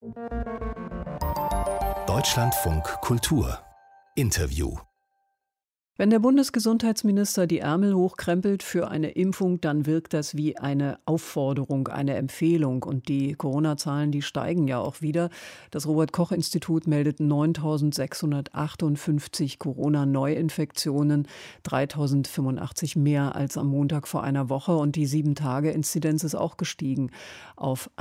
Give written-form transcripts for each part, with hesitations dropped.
Deutschlandfunk Kultur Interview. Wenn der Bundesgesundheitsminister die Ärmel hochkrempelt für eine Impfung, dann wirkt das wie eine Aufforderung, eine Empfehlung. Und die Corona-Zahlen, die steigen ja auch wieder. Das Robert-Koch-Institut meldet 9.658 Corona-Neuinfektionen, 3.085 mehr als am Montag vor einer Woche. Und die 7-Tage-Inzidenz ist auch gestiegen auf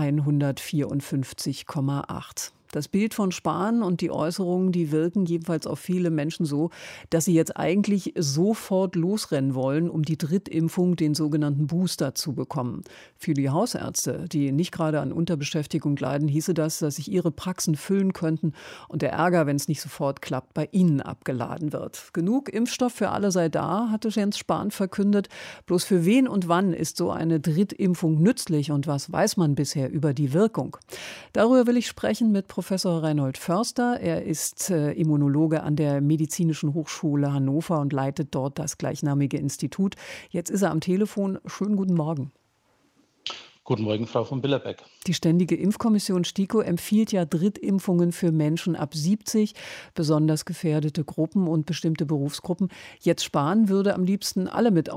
154,8. Das Bild von Spahn und die Äußerungen, die wirken jedenfalls auf viele Menschen so, dass sie jetzt eigentlich sofort losrennen wollen, um die Drittimpfung, den sogenannten Booster, zu bekommen. Für die Hausärzte, die nicht gerade an Unterbeschäftigung leiden, hieße das, dass sich ihre Praxen füllen könnten und der Ärger, wenn es nicht sofort klappt, bei ihnen abgeladen wird. Genug Impfstoff für alle sei da, hatte Jens Spahn verkündet. Bloß für wen und wann ist so eine Drittimpfung nützlich und was weiß man bisher über die Wirkung? Darüber will ich sprechen mit Professor Reinhold Förster. Er ist Immunologe an der Medizinischen Hochschule Hannover und leitet dort das gleichnamige Institut. Jetzt ist er am Telefon. Schönen guten Morgen. Guten Morgen, Frau von Billerbeck. Die Ständige Impfkommission STIKO empfiehlt ja Drittimpfungen für Menschen ab 70, besonders gefährdete Gruppen und bestimmte Berufsgruppen. Jetzt Spahn würde am liebsten alle mit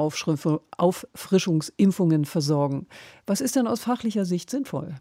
Auffrischungsimpfungen versorgen. Was ist denn aus fachlicher Sicht sinnvoll?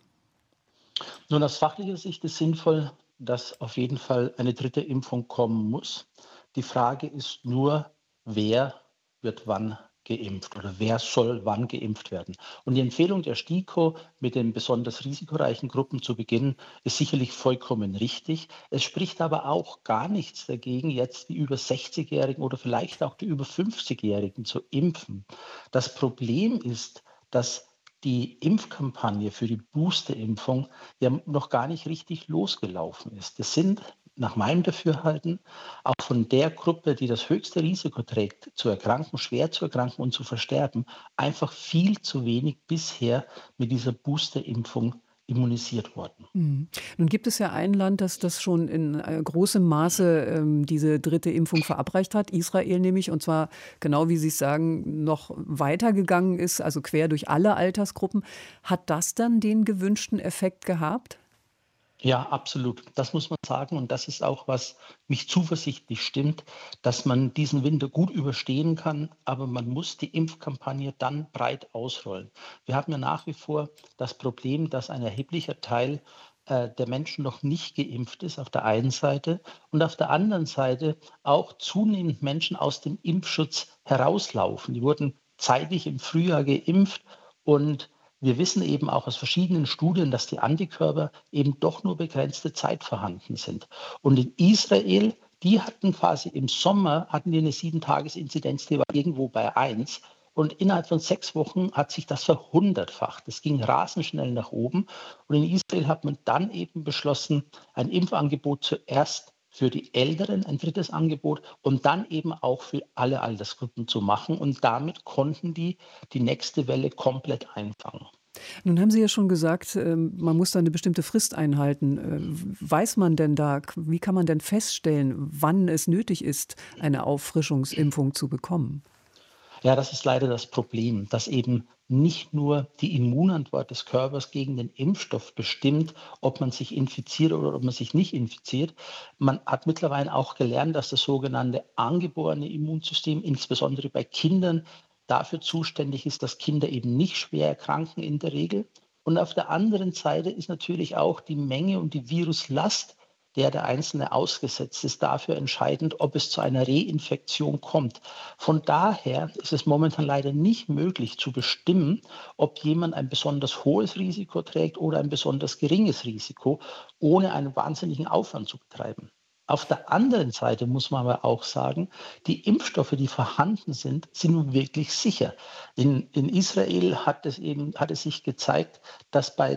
Nun, aus fachlicher Sicht ist sinnvoll, dass auf jeden Fall eine dritte Impfung kommen muss. Die Frage ist nur, wer wird wann geimpft oder wer soll wann geimpft werden. Und die Empfehlung der STIKO, mit den besonders risikoreichen Gruppen zu beginnen, ist sicherlich vollkommen richtig. Es spricht aber auch gar nichts dagegen, jetzt die über 60-Jährigen oder vielleicht auch die über 50-Jährigen zu impfen. Das Problem ist, dass die Impfkampagne für die Boosterimpfung ja noch gar nicht richtig losgelaufen ist. Das sind nach meinem Dafürhalten auch von der Gruppe, die das höchste Risiko trägt, zu erkranken, schwer zu erkranken und zu versterben, einfach viel zu wenig bisher mit dieser Boosterimpfung immunisiert worden. Nun gibt es ja ein Land, das schon in großem Maße diese dritte Impfung verabreicht hat, Israel nämlich, und zwar genau wie Sie es sagen, noch weitergegangen ist, also quer durch alle Altersgruppen. Hat das dann den gewünschten Effekt gehabt? Ja, absolut. Das muss man sagen. Und das ist auch, was mich zuversichtlich stimmt, dass man diesen Winter gut überstehen kann. Aber man muss die Impfkampagne dann breit ausrollen. Wir haben ja nach wie vor das Problem, dass ein erheblicher Teil der Menschen noch nicht geimpft ist, auf der einen Seite. Und auf der anderen Seite auch zunehmend Menschen aus dem Impfschutz herauslaufen. Die wurden zeitig im Frühjahr geimpft und wir wissen eben auch aus verschiedenen Studien, dass die Antikörper eben doch nur begrenzte Zeit vorhanden sind. Und in Israel, die hatten quasi im Sommer, hatten die eine 7-Tages-Inzidenz, die war irgendwo bei 1. Und innerhalb von 6 Wochen hat sich das verhundertfacht. Das ging rasend schnell nach oben. Und in Israel hat man dann eben beschlossen, ein Impfangebot zuerst für die Älteren, ein drittes Angebot und dann eben auch für alle Altersgruppen zu machen. Und damit konnten die nächste Welle komplett einfangen. Nun haben Sie ja schon gesagt, man muss da eine bestimmte Frist einhalten. Weiß man denn da, wie kann man denn feststellen, wann es nötig ist, eine Auffrischungsimpfung zu bekommen? Ja, das ist leider das Problem, dass eben nicht nur die Immunantwort des Körpers gegen den Impfstoff bestimmt, ob man sich infiziert oder ob man sich nicht infiziert. Man hat mittlerweile auch gelernt, dass das sogenannte angeborene Immunsystem, insbesondere bei Kindern, dafür zuständig ist, dass Kinder eben nicht schwer erkranken in der Regel. Und auf der anderen Seite ist natürlich auch die Menge und die Viruslast, der Einzelne ausgesetzt ist, dafür entscheidend, ob es zu einer Reinfektion kommt. Von daher ist es momentan leider nicht möglich zu bestimmen, ob jemand ein besonders hohes Risiko trägt oder ein besonders geringes Risiko, ohne einen wahnsinnigen Aufwand zu betreiben. Auf der anderen Seite muss man aber auch sagen, die Impfstoffe, die vorhanden sind, sind nun wirklich sicher. In Israel hat es sich gezeigt, dass bei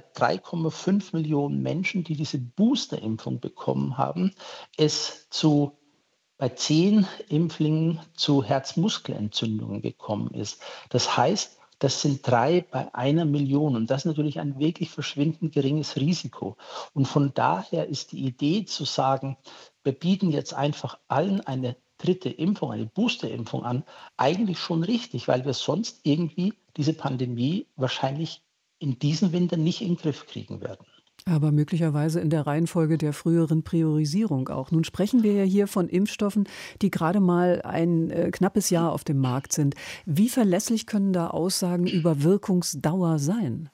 3,5 Millionen Menschen, die diese Boosterimpfung bekommen haben, es bei 10 Impflingen zu Herzmuskelentzündungen gekommen ist. Das heißt, das sind 3 bei 1 Million. Und das ist natürlich ein wirklich verschwindend geringes Risiko. Und von daher ist die Idee zu sagen, wir bieten jetzt einfach allen eine dritte Impfung, eine Boosterimpfung an, eigentlich schon richtig, weil wir sonst irgendwie diese Pandemie wahrscheinlich in diesem Winter nicht in den Griff kriegen werden. Aber möglicherweise in der Reihenfolge der früheren Priorisierung auch. Nun sprechen wir ja hier von Impfstoffen, die gerade mal ein knappes Jahr auf dem Markt sind. Wie verlässlich können da Aussagen über Wirkungsdauer sein?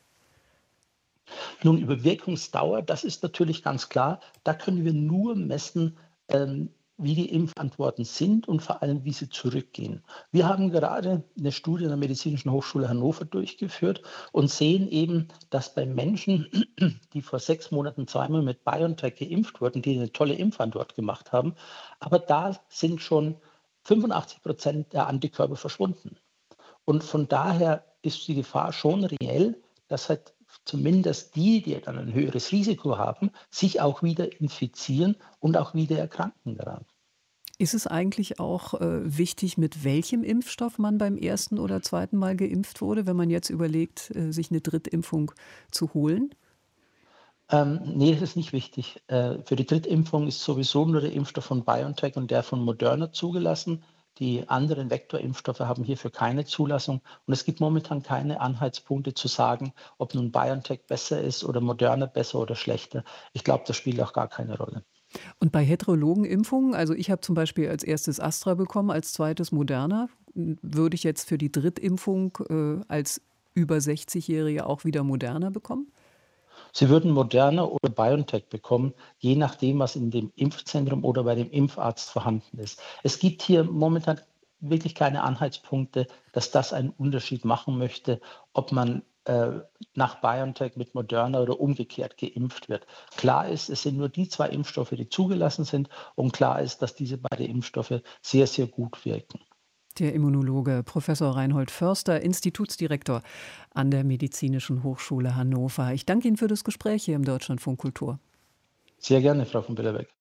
Nun, über Wirkungsdauer, das ist natürlich ganz klar. Da können wir nur messen, wie die Impfantworten sind und vor allem, wie sie zurückgehen. Wir haben gerade eine Studie an der Medizinischen Hochschule Hannover durchgeführt und sehen eben, dass bei Menschen, die vor 6 Monaten zweimal mit BioNTech geimpft wurden, die eine tolle Impfantwort gemacht haben, aber da sind schon 85% der Antikörper verschwunden. Und von daher ist die Gefahr schon reell, dass halt zumindest die dann ein höheres Risiko haben, sich auch wieder infizieren und auch wieder erkranken daran. Ist es eigentlich auch wichtig, mit welchem Impfstoff man beim ersten oder zweiten Mal geimpft wurde, wenn man jetzt überlegt, sich eine Drittimpfung zu holen? Ne, das ist nicht wichtig. Für die Drittimpfung ist sowieso nur der Impfstoff von BioNTech und der von Moderna zugelassen. Die anderen Vektorimpfstoffe haben hierfür keine Zulassung. Und es gibt momentan keine Anhaltspunkte zu sagen, ob nun BioNTech besser ist oder Moderna besser oder schlechter. Ich glaube, das spielt auch gar keine Rolle. Und bei heterologen Impfungen, also ich habe zum Beispiel als erstes Astra bekommen, als zweites Moderna, würde ich jetzt für die Drittimpfung als über 60-Jährige auch wieder Moderna bekommen? Sie würden Moderna oder BioNTech bekommen, je nachdem, was in dem Impfzentrum oder bei dem Impfarzt vorhanden ist. Es gibt hier momentan wirklich keine Anhaltspunkte, dass das einen Unterschied machen möchte, ob man nach BioNTech mit Moderna oder umgekehrt geimpft wird. Klar ist, es sind nur die zwei Impfstoffe, die zugelassen sind, und klar ist, dass diese beiden Impfstoffe sehr, sehr gut wirken. Der Immunologe Professor Reinhold Förster, Institutsdirektor an der Medizinischen Hochschule Hannover. Ich danke Ihnen für das Gespräch hier im Deutschlandfunk Kultur. Sehr gerne, Frau von Billerbeck.